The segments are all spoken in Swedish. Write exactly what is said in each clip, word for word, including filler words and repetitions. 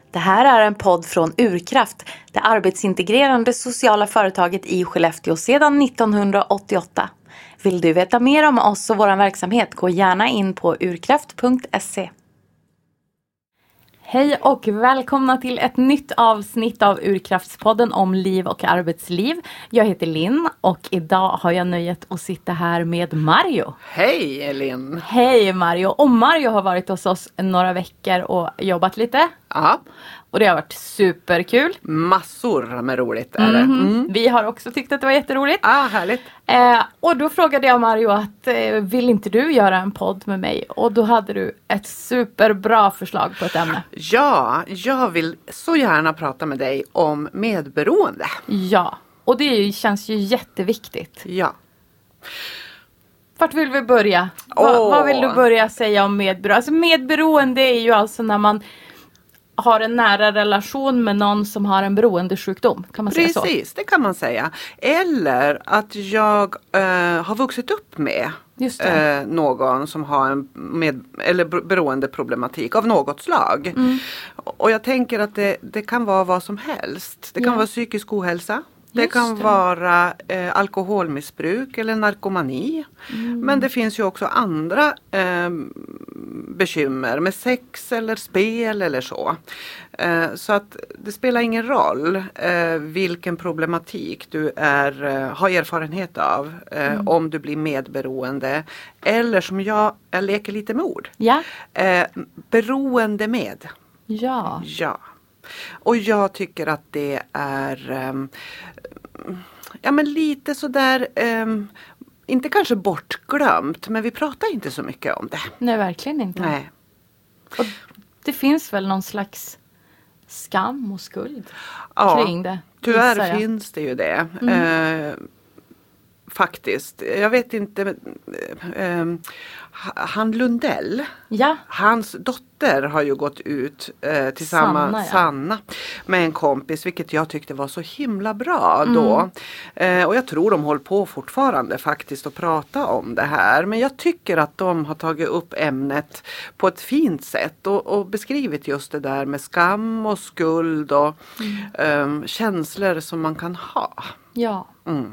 Det här är en podd från Urkraft, det arbetsintegrerande sociala företaget i Skellefteå sedan nittonhundraåttioåtta. Vill du veta mer om oss och vår verksamhet, gå gärna in på urkraft punkt se. Hej och välkomna till ett nytt avsnitt av Urkraftspodden om liv och arbetsliv. Jag heter Linn och idag har jag nöjet att sitta här med Mario. Hej Linn! Hej Mario! Och Mario har varit hos oss några veckor och jobbat lite. Ja. Och det har varit superkul. Massor med roligt är det. Mm-hmm. Mm. Vi har också tyckt att det var jätteroligt. Ah, härligt. Eh, och då frågade jag Mario att eh, vill inte du göra en podd med mig? Och då hade du ett superbra förslag på ett ämne. Ja, jag vill så gärna prata med dig om medberoende. Ja, och det känns ju jätteviktigt. Ja. Vart vill vi börja? Oh. Va, vad vill du börja säga om medberoende? Alltså medberoende är ju alltså när man har en nära relation med någon som har en beroendesjukdom. Kan man Precis, säga så? Precis, det kan man säga. Eller att jag äh, har vuxit upp med äh, någon som har en med, eller beroendeproblematik av något slag. Mm. Och jag tänker att det, det kan vara vad som helst. Det kan ja. vara psykisk ohälsa. Det Just kan det. vara eh, alkoholmissbruk eller narkomani. Mm. Men det finns ju också andra eh, bekymmer med sex eller spel eller så. Eh, så att det spelar ingen roll eh, vilken problematik du är, eh, har erfarenhet av. Eh, mm. Om du blir medberoende. Eller som jag, jag leker lite med ord. Ja. Eh, beroende med. Ja. Ja. Och jag tycker att det är um, ja men lite sådär, um, inte kanske bortglömt, men vi pratar inte så mycket om det. Nej, verkligen inte. Nej. Och det finns väl någon slags skam och skuld ja, kring det. Tyvärr jag. finns det ju det. Mm. Uh, faktiskt. Jag vet inte, uh, han Lundell, ja. hans dotter har ju gått ut uh, tillsammans, Sanna, ja. Sanna med en kompis, vilket jag tyckte var så himla bra mm. då. Uh, och jag tror de håller på fortfarande faktiskt att prata om det här. Men jag tycker att de har tagit upp ämnet på ett fint sätt och, och beskrivit just det där med skam och skuld och mm. um, känslor som man kan ha. Ja. Mm.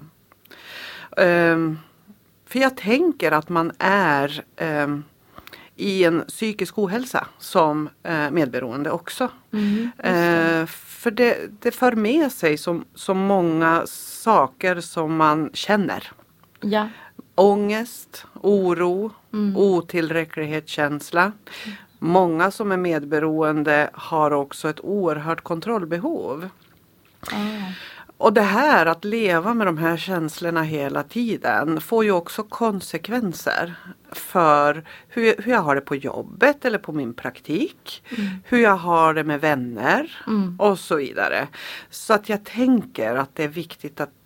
Um, för jag tänker att man är um, i en psykisk ohälsa som uh, medberoende också. Mm, uh, för det, det för med sig så, så många saker som man känner. Ja. Ångest, oro, mm. otillräcklighetskänsla. Mm. Många som är medberoende har också ett oerhört kontrollbehov. Ah. Och det här att leva med de här känslorna hela tiden får ju också konsekvenser för hur, hur jag har det på jobbet eller på min praktik. Mm. Hur jag har det med vänner mm. och så vidare. Så att jag tänker att det är viktigt att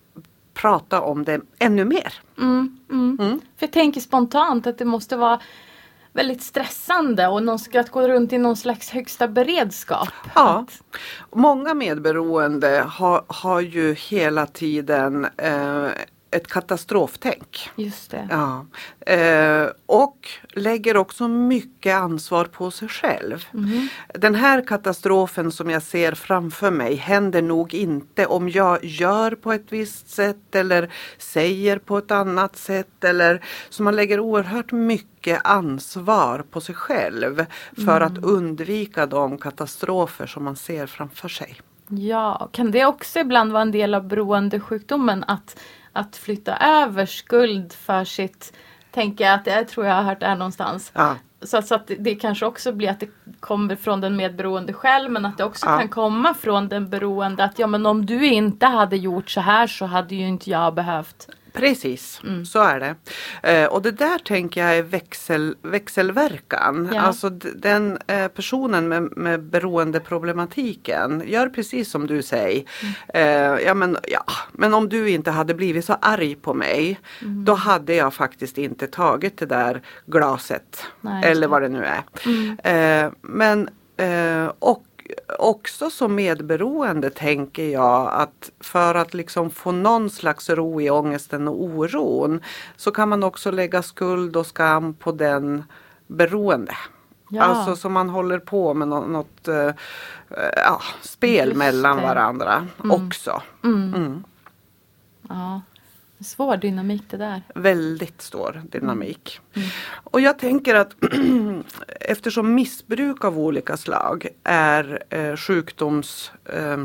prata om det ännu mer. Mm, mm. Mm. För jag tänker spontant att det måste vara väldigt stressande och någon ska gå runt i någon slags högsta beredskap. Ja, många medberoende har, har ju hela tiden eh, ett katastroftänk. Just det. Ja. Eh, och lägger också mycket ansvar på sig själv. Mm. Den här katastrofen som jag ser framför mig händer nog inte om jag gör på ett visst sätt eller säger på ett annat sätt. Eller, så man lägger oerhört mycket ansvar på sig själv för mm. att undvika de katastrofer som man ser framför sig. Ja, kan det också ibland vara en del av beroendesjukdomen att Att flytta över skuld för sitt, tänker jag att det tror jag har hört där någonstans. Ja. Så, så att det, det kanske också blir att det kommer från den medberoende själv, men att det också ja. kan komma från den beroende. Att ja, men om du inte hade gjort så här så hade ju inte jag behövt. Precis, mm. så är det. Eh, och det där tänker jag är växel, växelverkan. Ja. Alltså d- den eh, personen med, med beroendeproblematiken gör precis som du säger. Mm. Eh, ja, men, ja, men om du inte hade blivit så arg på mig, mm. då hade jag faktiskt inte tagit det där glaset. Nej, eller vad det nu är. Mm. Eh, men eh, och också som medberoende tänker jag att för att liksom få någon slags ro i ångesten och oron så kan man också lägga skuld och skam på den beroende. Ja. Alltså som man håller på med något, något uh, ja, spel Just mellan det. varandra mm. också. Mm. Mm. Ja, svår dynamik det där. Väldigt svår dynamik. Mm. Mm. Och jag tänker att eftersom missbruk av olika slag är eh, sjukdoms... Eh,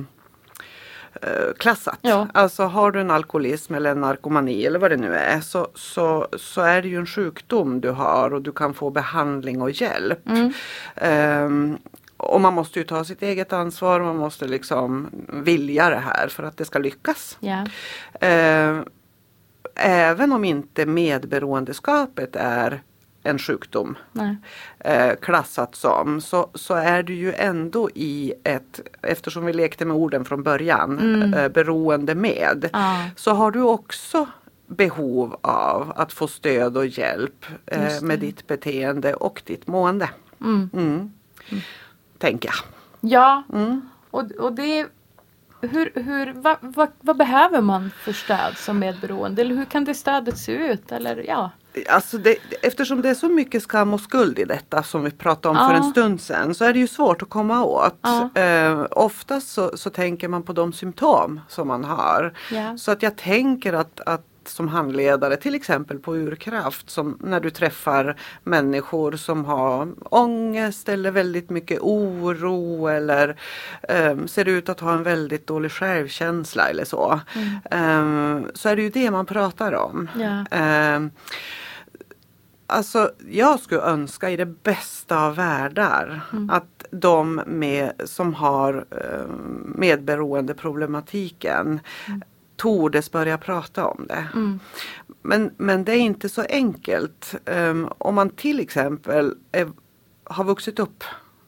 klassat. Ja. Alltså har du en alkoholism eller en narkomani eller vad det nu är så, så, så är det ju en sjukdom du har och du kan få behandling och hjälp. Mm. Um, och man måste ju ta sitt eget ansvar, man måste liksom vilja det här för att det ska lyckas. Yeah. Uh, även om inte medberoendeskapet är en sjukdom eh, klassat som så, så är du ju ändå i ett, eftersom vi lekte med orden från början, mm. eh, beroende med, ah. så har du också behov av att få stöd och hjälp eh, med ditt beteende och ditt mående. Mm. Mm. Mm. Tänker jag. Ja, mm. och, och det Hur, hur, vad, vad, vad behöver man för stöd som medberoende? Eller hur kan det stödet se ut? Eller, ja. Alltså det, eftersom det är så mycket skam och skuld i detta som vi pratade om ja. för en stund sedan så är det ju svårt att komma åt. Ja. Eh, oftast så, så tänker man på de symptom som man har. Ja. Så att jag tänker att, att som handledare till exempel på Urkraft som när du träffar människor som har ångest eller väldigt mycket oro eller um, ser ut att ha en väldigt dålig självkänsla eller så. Mm. Um, så är det ju det man pratar om. Ja. Um, alltså jag skulle önska i det bästa av världar mm. att de med, som har um, medberoende problematiken mm. tordes börja prata om det. Mm. Men, men det är inte så enkelt. Um, om man till exempel är, har vuxit upp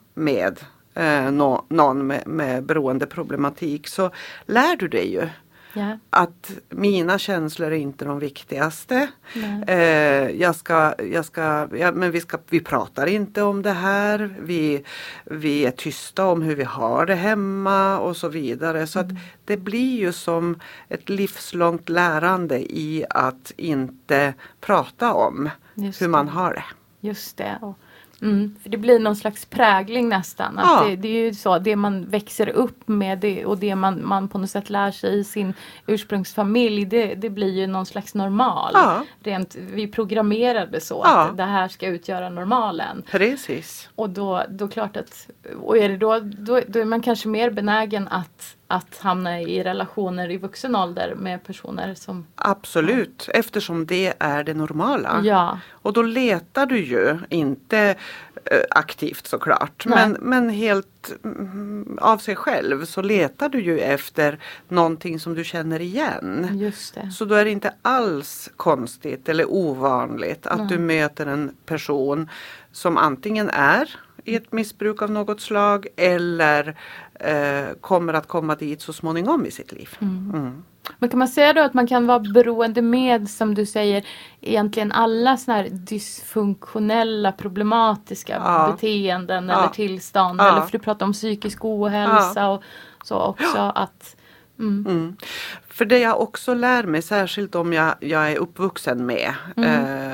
med uh, no, någon med, med beroendeproblematik så lär du dig ju yeah. att mina känslor är inte de viktigaste. Uh, jag ska, jag ska, ja, men vi, ska, vi pratar inte om det här. Vi, vi är tysta om hur vi har det hemma och så vidare. Så mm. att det blir ju som ett livslångt lärande i att inte prata om Just hur man det. har det. Just det. Och Mm, för det blir någon slags prägling nästan. Att ja. det, det är ju så, det man växer upp med det, och det man, man på något sätt lär sig i sin ursprungsfamilj, det, det blir ju någon slags normal. Ja. Rent, vi programmerade så ja. att det här ska utgöra normalen. Precis. Och då, då klart att, och är det då, då, då är man kanske mer benägen att att hamna i relationer i vuxen ålder med personer som... Absolut, ja. eftersom det är det normala. Ja. Och då letar du ju inte äh, aktivt såklart. Men, men helt mm, av sig själv så letar du ju efter någonting som du känner igen. Just det. Så då är det inte alls konstigt eller ovanligt att Nej. du möter en person som antingen är i ett missbruk av något slag eller eh, kommer att komma dit så småningom i sitt liv. Mm. Mm. Men kan man säga då att man kan vara beroende med, som du säger, egentligen alla såna här dysfunktionella, problematiska ja. beteenden ja. eller tillstånd, ja. eller för du pratar om psykisk ohälsa ja. och så också ja. att Mm. Mm. För det jag också lär mig, särskilt om jag, jag är uppvuxen med mm.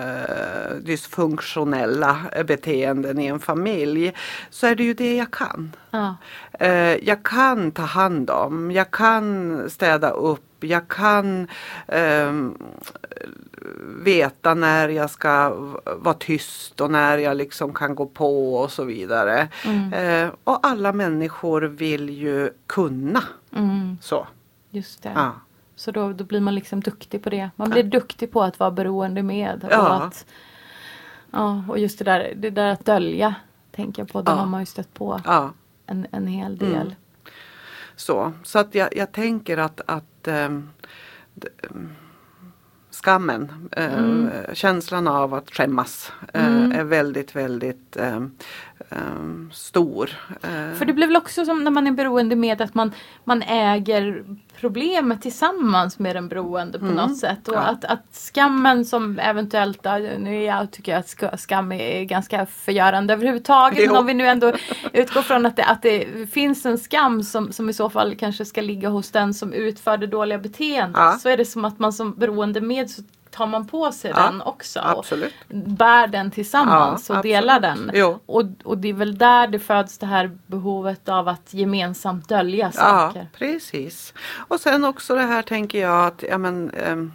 eh, dysfunktionella beteenden i en familj, så är det ju det jag kan. Ja. Eh, jag kan ta hand om, jag kan städa upp, jag kan eh, veta när jag ska vara tyst och när jag liksom kan gå på och så vidare. Mm. Eh, och alla människor vill ju kunna. Mm. Så. Just det. Ja. Så då, då blir man liksom duktig på det. Man blir ja. duktig på att vara beroende med. Ja. Och, att, ja, och just det där, det där att dölja, tänker jag på. Det ja. har man ju stött på ja. en, en hel del. Mm. Så, så att jag, jag tänker att, att ähm, d- skammen, äh, mm. känslan av att skämmas äh, mm. är väldigt, väldigt äh, äh, stor. Äh. För det blir väl också som när man är beroende med att man, man äger problemet tillsammans med den beroende på mm. något sätt. Och ja. att, att skammen som eventuellt, nu jag tycker att skam är ganska förgörande överhuvudtaget. Jo. Men om vi nu ändå utgår från att det, att det finns en skam som, som i så fall kanske ska ligga hos den som utför det dåliga beteendet. Ja. Så är det som att man som beroende med så tar man på sig ja, den också. Absolut. Och bär den tillsammans ja, och delar den. Jo. Och, och det är väl där det föds det här behovet av att gemensamt dölja saker. Ja, precis. Och sen också det här tänker jag att, ja men, ähm,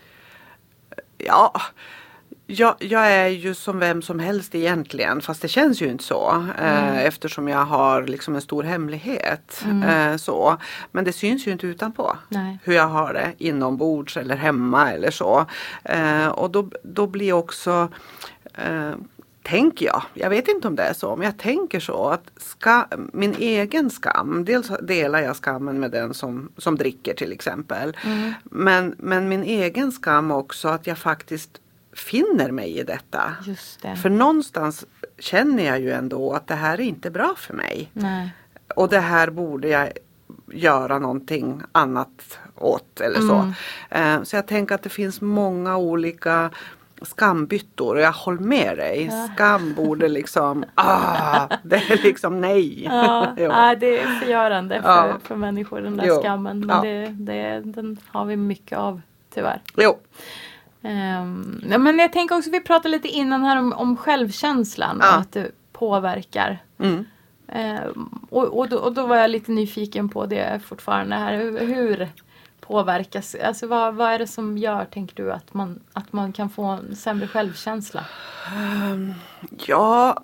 ja... Jag, jag är ju som vem som helst egentligen, fast det känns ju inte så. Mm. Eh, eftersom jag har liksom en stor hemlighet. Mm. Eh, så. Men det syns ju inte utanpå. Nej. Hur jag har det inombords eller hemma eller så. Eh, och då, då blir också, eh, tänker jag, jag vet inte om det är så, men jag tänker så att ska, min egen skam, dels delar jag skammen med den som, som dricker till exempel. Mm. Men, men min egen skam också att jag faktiskt finner mig i detta. Just det. För någonstans känner jag ju ändå att det här är inte bra för mig. Nej. Och det här borde jag göra någonting annat åt eller så. Mm. Så jag tänker att det finns många olika skambyttor och jag håller med dig. Ja. Skam borde liksom, ah, det är liksom nej. Ja, ja det är förgörande för, ja. för människor den där jo. skammen. Men ja. det, det, den har vi mycket av tyvärr. Jo. Um, ja, men jag tänker också, vi pratade lite innan här om, om självkänslan ja. och att det påverkar. Mm. Um, och, och, då, och då var jag lite nyfiken på det fortfarande här. Hur, hur påverkas, alltså vad, vad är det som gör, tänker du, att man, att man kan få en sämre självkänsla? Um, ja...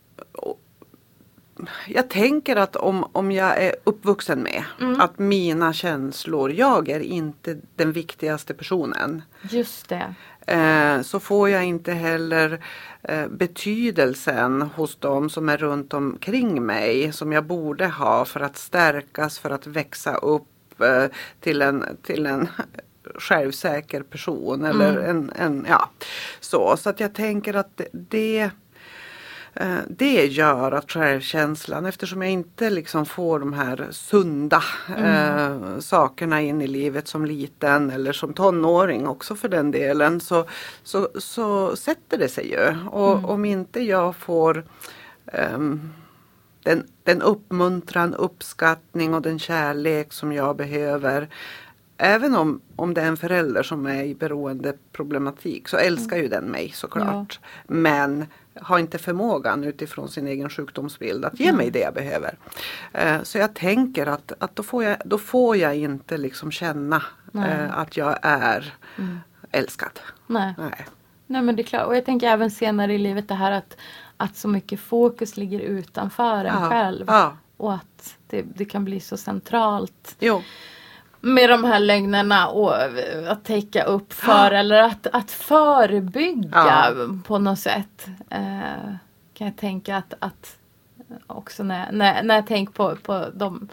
Jag tänker att om, om jag är uppvuxen med mm. att mina känslor, jag är inte den viktigaste personen. Just det. Eh, så får jag inte heller eh, betydelsen hos dem som är runt omkring mig som jag borde ha för att stärkas, för att växa upp eh, till en, till en självsäker person. Eller mm. en, en, ja, så. Så att jag tänker att det... Det gör att självkänslan, eftersom jag inte liksom får de här sunda mm. eh, sakerna in i livet som liten eller som tonåring också för den delen, så, så, så sätter det sig ju. Och mm. om inte jag får eh, den, den uppmuntran, uppskattning och den kärlek som jag behöver, även om, om det är en förälder som är i beroendeproblematik, så älskar mm. ju den mig såklart. Ja. Men har inte förmågan utifrån sin egen sjukdomsbild att ge mm. mig det jag behöver. Uh, så jag tänker att, att då, får jag, då får jag inte liksom känna uh, att jag är mm. älskad. Nej. Nej. Nej, men det är klart. Och jag tänker även senare i livet det här att, att så mycket fokus ligger utanför en ja. själv. Ja. Och att det, det kan bli så centralt. Jo. Med de här lögnerna och att täcka upp för ja. eller att, att förebygga ja. på något sätt. Eh, kan jag tänka att, att också när, när, när jag tänker på, på de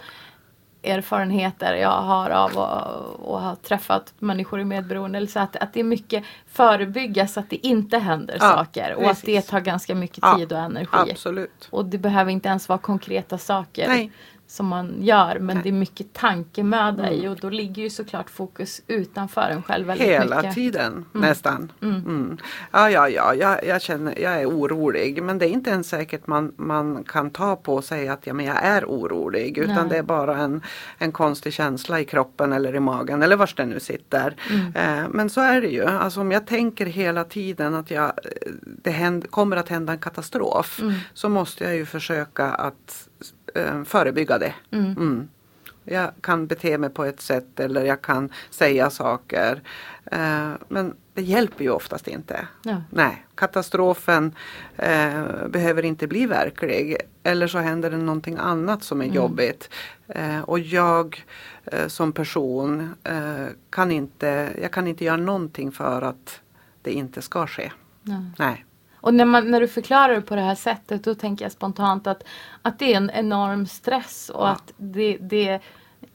erfarenheter jag har av att ha träffat människor i medberoende. Så att, att det är mycket förebygga så att det inte händer ja, saker. Och precis. Att det tar ganska mycket tid ja, och energi. Absolut. Och det behöver inte ens vara konkreta saker. Nej. Som man gör, men Nej. det är mycket tankemöda i mm. och då ligger ju såklart fokus utanför en själv väldigt hela mycket. tiden mm. nästan. Mm. Mm. Ja, ja, ja, jag, jag känner, jag är orolig, men det är inte ens säkert man, man kan ta på och säga att ja, men jag är orolig, utan Nej. det är bara en, en konstig känsla i kroppen eller i magen eller var det nu sitter. Mm. Eh, men så är det ju, alltså om jag tänker hela tiden att jag, det händer, kommer att hända en katastrof mm. så måste jag ju försöka att förebygga det. Mm. Mm. Jag kan bete mig på ett sätt eller jag kan säga saker. Eh, men det hjälper ju oftast inte. Ja. Nej, katastrofen eh, behöver inte bli verklig. Eller så händer det någonting annat som är mm. jobbigt. Eh, och jag eh, som person eh, kan inte, jag kan inte göra någonting för att det inte ska ske. Ja. Nej. Och när, man, när du förklarar det på det här sättet, då tänker jag spontant att, att det är en enorm stress och ja. att det, det är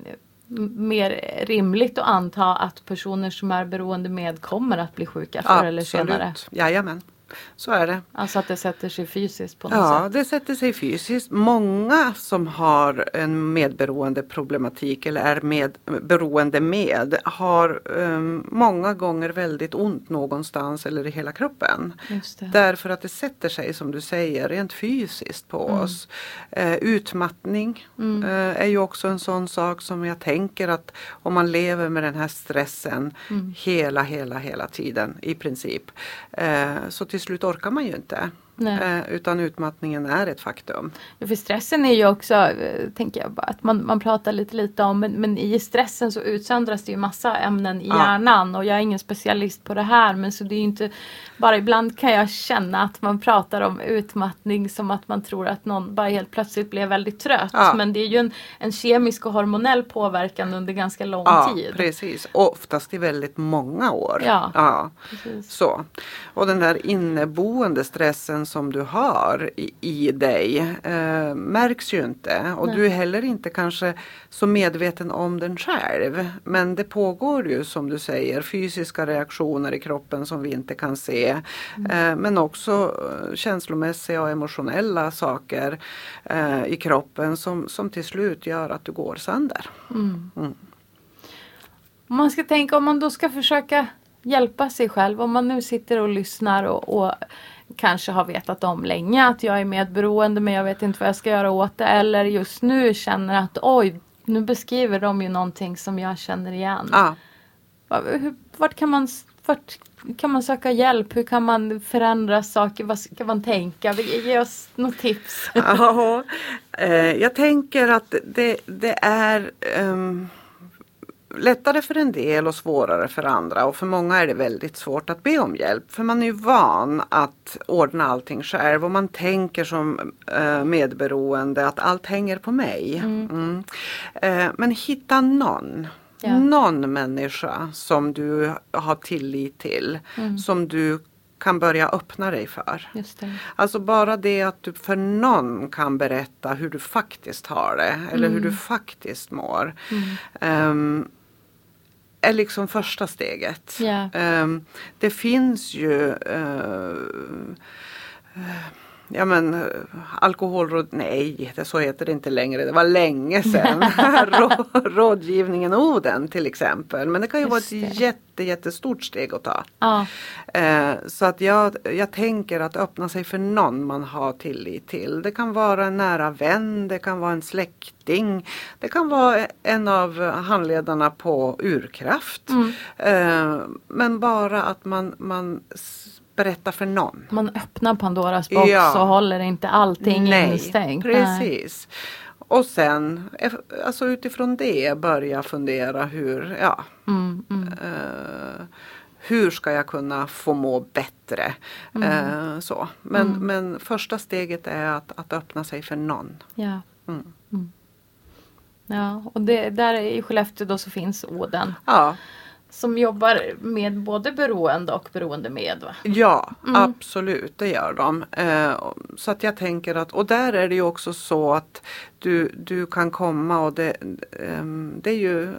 mer rimligt att anta att personer som är beroende med kommer att bli sjuka förr eller senare. Jajamän. Så är det. Alltså att det sätter sig fysiskt på något ja, sätt. Ja, det sätter sig fysiskt. Många som har en medberoende problematik eller är med, beroende med har um, många gånger väldigt ont någonstans eller i hela kroppen. Just det. Därför att det sätter sig, som du säger, rent fysiskt på mm. oss. Uh, utmattning mm. uh, är ju också en sån sak som jag tänker att om man lever med den här stressen mm. hela, hela, hela tiden i princip. Uh, så till slut orkar man ju inte. Eh, utan utmattningen är ett faktum. Ja, för stressen är ju också, eh, tänker jag, att man, man pratar lite lite om, men, men i stressen så utsöndras det ju massa ämnen i ja. hjärnan och jag är ingen specialist på det här, men så det är ju inte, bara ibland kan jag känna att man pratar om utmattning som att man tror att någon bara helt plötsligt blev väldigt trött, ja. men det är ju en, en kemisk och hormonell påverkan under ganska lång ja, tid. Precis, oftast i väldigt många år. Ja, ja. Så. Och den där inneboende stressen som du har i, i dig eh, märks ju inte och Nej. du är heller inte kanske så medveten om den själv, men det pågår ju som du säger fysiska reaktioner i kroppen som vi inte kan se mm. eh, men också känslomässiga och emotionella saker eh, i kroppen som, som till slut gör att du går sönder. Mm. Mm. Om man ska tänka, om man då ska försöka hjälpa sig själv, om man nu sitter och lyssnar och, och kanske har vetat om länge att jag är medberoende men jag vet inte vad jag ska göra åt det, eller just nu känner att oj, nu beskriver de ju någonting som jag känner igen. Ja. Hur, vart kan man vart kan man söka hjälp? Hur kan man förändra saker? Vad ska man tänka? Ge oss något tips. Ja, eh, jag tänker att det, det är um... lättare för en del och svårare för andra, och för många är det väldigt svårt att be om hjälp, för man är ju van att ordna allting själv och man tänker som eh, medberoende att allt hänger på mig. Mm. Mm. Eh, men hitta någon ja. någon människa som du har tillit till, mm. som du kan börja öppna dig för. Just det. Alltså bara det att du för någon kan berätta hur du faktiskt har det eller mm. hur du faktiskt mår. Mm. Um, är liksom första steget. Yeah. Um, det finns ju uh, uh, ja men alkoholråd, nej det så heter det inte längre, det var länge sedan. Rådgivningen Oden till exempel, men det kan ju Just vara ett det. jätte, jättestort steg att ta. Ah. Uh, så att jag, jag tänker att öppna sig för någon man har tillit till. Det kan vara en nära vän, det kan vara en släkting, det kan vara en av handledarna på Urkraft. Mm. Uh, men bara att man, man berätta för någon. Man öppnar Pandoras box ja. och håller inte allting Nej, instängt. Precis. Nej. Och sen alltså utifrån det börja fundera hur, ja, mm, mm. Uh, hur ska jag kunna få må bättre? Mm. Uh, så. Men, mm. men första steget är att, att öppna sig för någon. Ja. Mm. Mm. Ja, och det, där i Skellefteå då så finns Oden. Ja. Som jobbar med både beroende och beroende med, va? Ja, mm. absolut, det gör de. Eh, så att jag tänker att, och där är det ju också så att du, du kan komma och det, eh, det är ju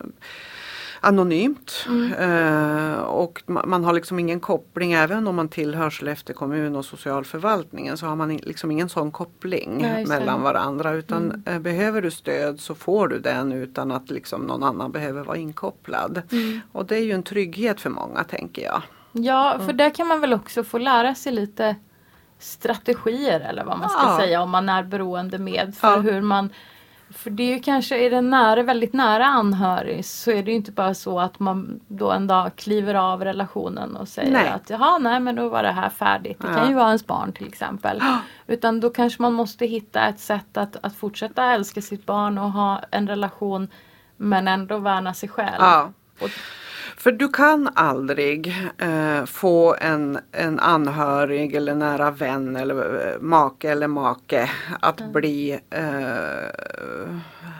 anonymt. Mm. Eh, och man, man har liksom ingen koppling, även om man tillhör Skellefteå kommun och socialförvaltningen så har man liksom ingen sån koppling Nej, mellan varandra, utan mm. eh, behöver du stöd så får du den utan att liksom någon annan behöver vara inkopplad. Mm. Och det är ju en trygghet för många, tänker jag. Ja, för mm. där kan man väl också få lära sig lite strategier eller vad man ska ja. säga om man är beroende med för ja. hur man. För det är ju kanske, är det nära, väldigt nära anhörig så är det ju inte bara så att man då en dag kliver av relationen och säger nej. att jaha, nej men då var det här färdigt. Det ja. kan ju vara ens barn till exempel. Ja. Utan då kanske man måste hitta ett sätt att, att fortsätta älska sitt barn och ha en relation men ändå värna sig själv. Ja. Och, För du kan aldrig eh, få en, en anhörig eller nära vän eller eh, make eller make att mm. bli eh,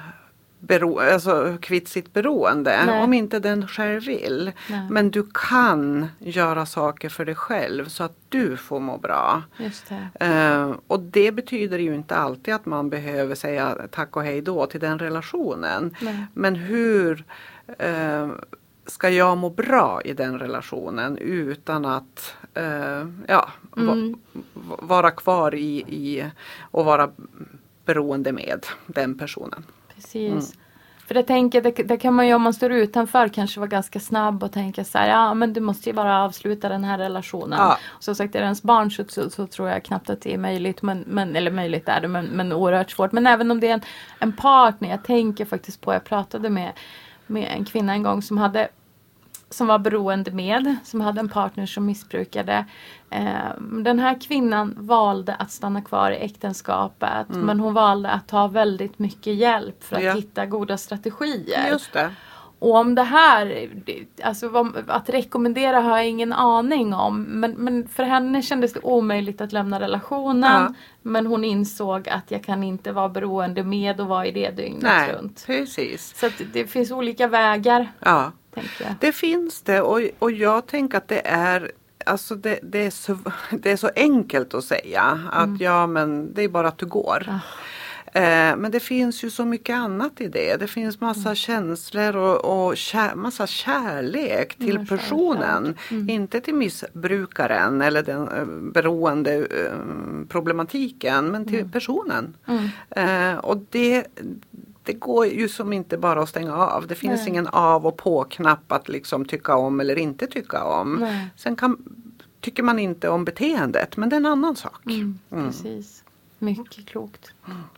bero, alltså, kvitt sitt beroende. Nej. Om inte den själv vill. Nej. Men du kan göra saker för dig själv så att du får må bra. Just det. Eh, och det betyder ju inte alltid att man behöver säga tack och hej då till den relationen. Nej. Men hur... Eh, ska jag må bra i den relationen utan att eh, ja, mm. va, vara kvar i, i och vara beroende med den personen. Precis. Mm. För det tänker det, det kan man ju om man står utanför kanske vara ganska snabb och tänka så här, ja men du måste ju bara avsluta den här relationen. Ja. Och som sagt, är det ens barn så, så, så tror jag knappt att det är möjligt, men, men, eller möjligt är det, men, men oerhört svårt. Men även om det är en, en partner, jag tänker faktiskt på, jag pratade med, med en kvinna en gång som hade som var beroende med, som hade en partner som missbrukade. Eh, den här kvinnan valde att stanna kvar i äktenskapet, mm. men hon valde att ta väldigt mycket hjälp för att ja. hitta goda strategier. Just det. Och om det här, alltså att rekommendera har jag ingen aning om, men, men för henne kändes det omöjligt att lämna relationen, ja. men hon insåg att jag kan inte vara beroende med och vara i det dygnet Nej, runt. Precis. Så att det finns olika vägar. Ja. Det finns det, och, och jag tänker att det är alltså det, det, är så, det är så enkelt att säga att mm. ja men det är bara att du går. Oh. Eh, men det finns ju så mycket annat i det. Det finns massa mm. känslor och, och kär, massa kärlek till mm, personen. Mm. Inte till missbrukaren eller den uh, beroende uh, problematiken, men till mm. personen. Mm. Eh, och det Det går ju som inte bara att stänga av. Det finns Nej. ingen av- och på-knapp att liksom tycka om eller inte tycka om. Nej. Sen kan, tycker man inte om beteendet, men det är en annan sak. Mm, mm. Precis. Mycket klokt.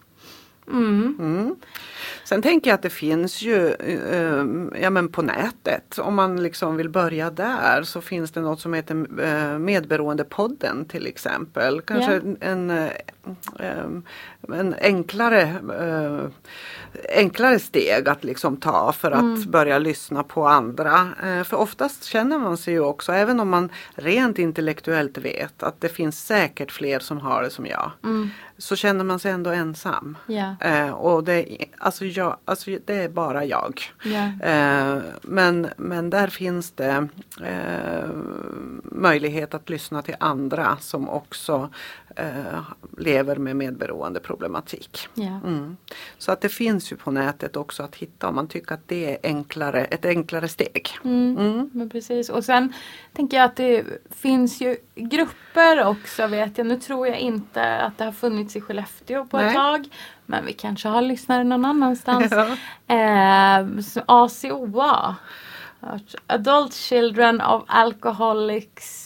Mm. Mm. Sen tänker jag att det finns ju eh, ja, men på nätet, om man liksom vill börja där, så finns det något som heter eh, Medberoendepodden till exempel. Kanske yeah. en, en, en enklare eh, enklare steg att liksom ta för att mm. börja lyssna på andra. Eh, för oftast känner man sig ju också, även om man rent intellektuellt vet att det finns säkert fler som har det som jag. Mm. Så känner man sig ändå ensam. Yeah. Eh, och det, alltså jag, alltså det är bara jag. Yeah. Eh, men, men där finns det eh, möjlighet att lyssna till andra som också eh, lever med medberoende problematik. Yeah. Mm. Så att det finns ju på nätet också att hitta om man tycker att det är enklare, ett enklare steg. Mm. Mm. Men precis. Och sen tänker jag att det finns ju grupper också, vet jag. Nu tror jag inte att det har funnits i Skellefteå på Nej. ett tag. Men vi kanske har lyssnare någon annanstans. Ja. Eh, A C O A. Adult Children of Alcoholics.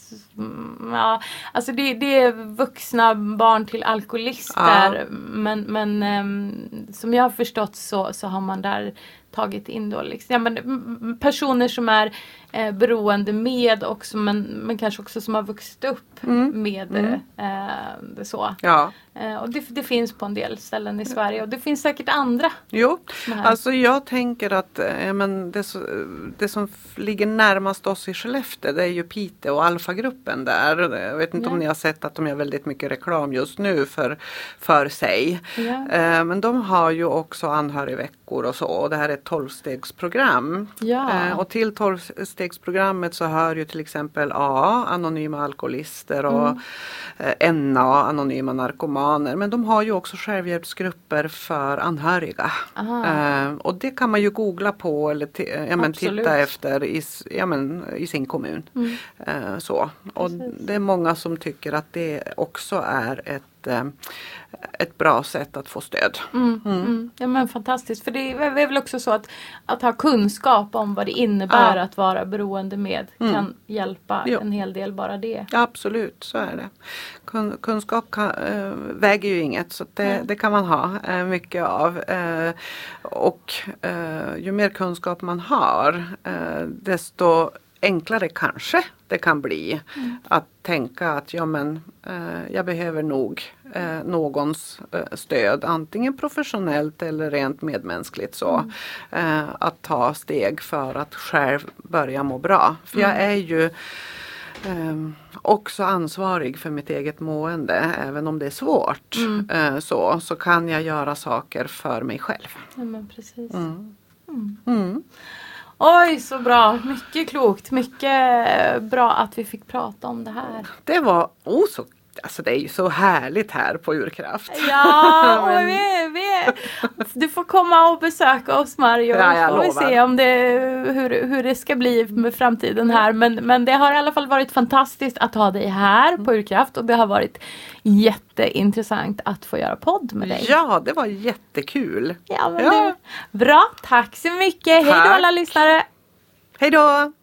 Ja, alltså det, det är vuxna barn till alkoholister. Ja. Men, men eh, som jag har förstått så, så har man där tagit in då liksom, ja, men, personer som är eh, beroende med också, men, men kanske också som har vuxit upp mm. med mm. Eh, det så. Ja. Eh, och det, det finns på en del ställen i Sverige och det finns säkert andra. Jo, alltså jag tänker att eh, men det, så, det som ligger närmast oss i Skellefteå, det är ju Piteå och Alfa-gruppen där. Jag vet inte ja. om ni har sett att de gör väldigt mycket reklam just nu för, för sig. Ja. Eh, men de har ju också anhörigveckor och så, och det här är ett tolvstegsprogram. Ja. Eh, och till tolvstegsprogrammet så hör ju till exempel A, anonyma alkoholister, och mm. eh, N A, anonyma narkomaner. Men de har ju också självhjälpsgrupper för anhöriga. Eh, och det kan man ju googla på eller t- ja, men titta efter i, ja, men, i sin kommun. Mm. Eh, så. Och det är många som tycker att det också är ett ett bra sätt att få stöd. Mm, mm. Mm. Ja, men fantastiskt. För det är väl också så att, att ha kunskap om vad det innebär ja. att vara beroende med mm. kan hjälpa jo. en hel del, bara det. Ja, absolut, så är det. Kun, kunskap kan, äh, väger ju inget, så det, mm. det kan man ha äh, mycket av. Äh, och äh, ju mer kunskap man har, äh, desto enklare kanske det kan bli mm. att tänka att ja, men, eh, jag behöver nog eh, någons eh, stöd, antingen professionellt eller rent medmänskligt så. Mm. Eh, att ta steg för att själv börja må bra. För mm. jag är ju eh, också ansvarig för mitt eget mående, även om det är svårt. Mm. Eh, så, så kan jag göra saker för mig själv. Ja, men precis. Mm. Mm. Mm. Oj, så bra. Mycket klokt. Mycket bra att vi fick prata om det här. Det var oh, så Alltså det är ju så härligt här på Urkraft. Ja, och vi, vi, du får komma och besöka oss, Mario. Ja, jag får vi lovar. se om det, hur, hur det ska bli med framtiden här. Men, men det har i alla fall varit fantastiskt att ha dig här på Urkraft. Och det har varit jätteintressant att få göra podd med dig. Ja, det var jättekul. Ja, men Ja. Du, bra, tack så mycket. Hej då Tack. alla lyssnare. Hej då!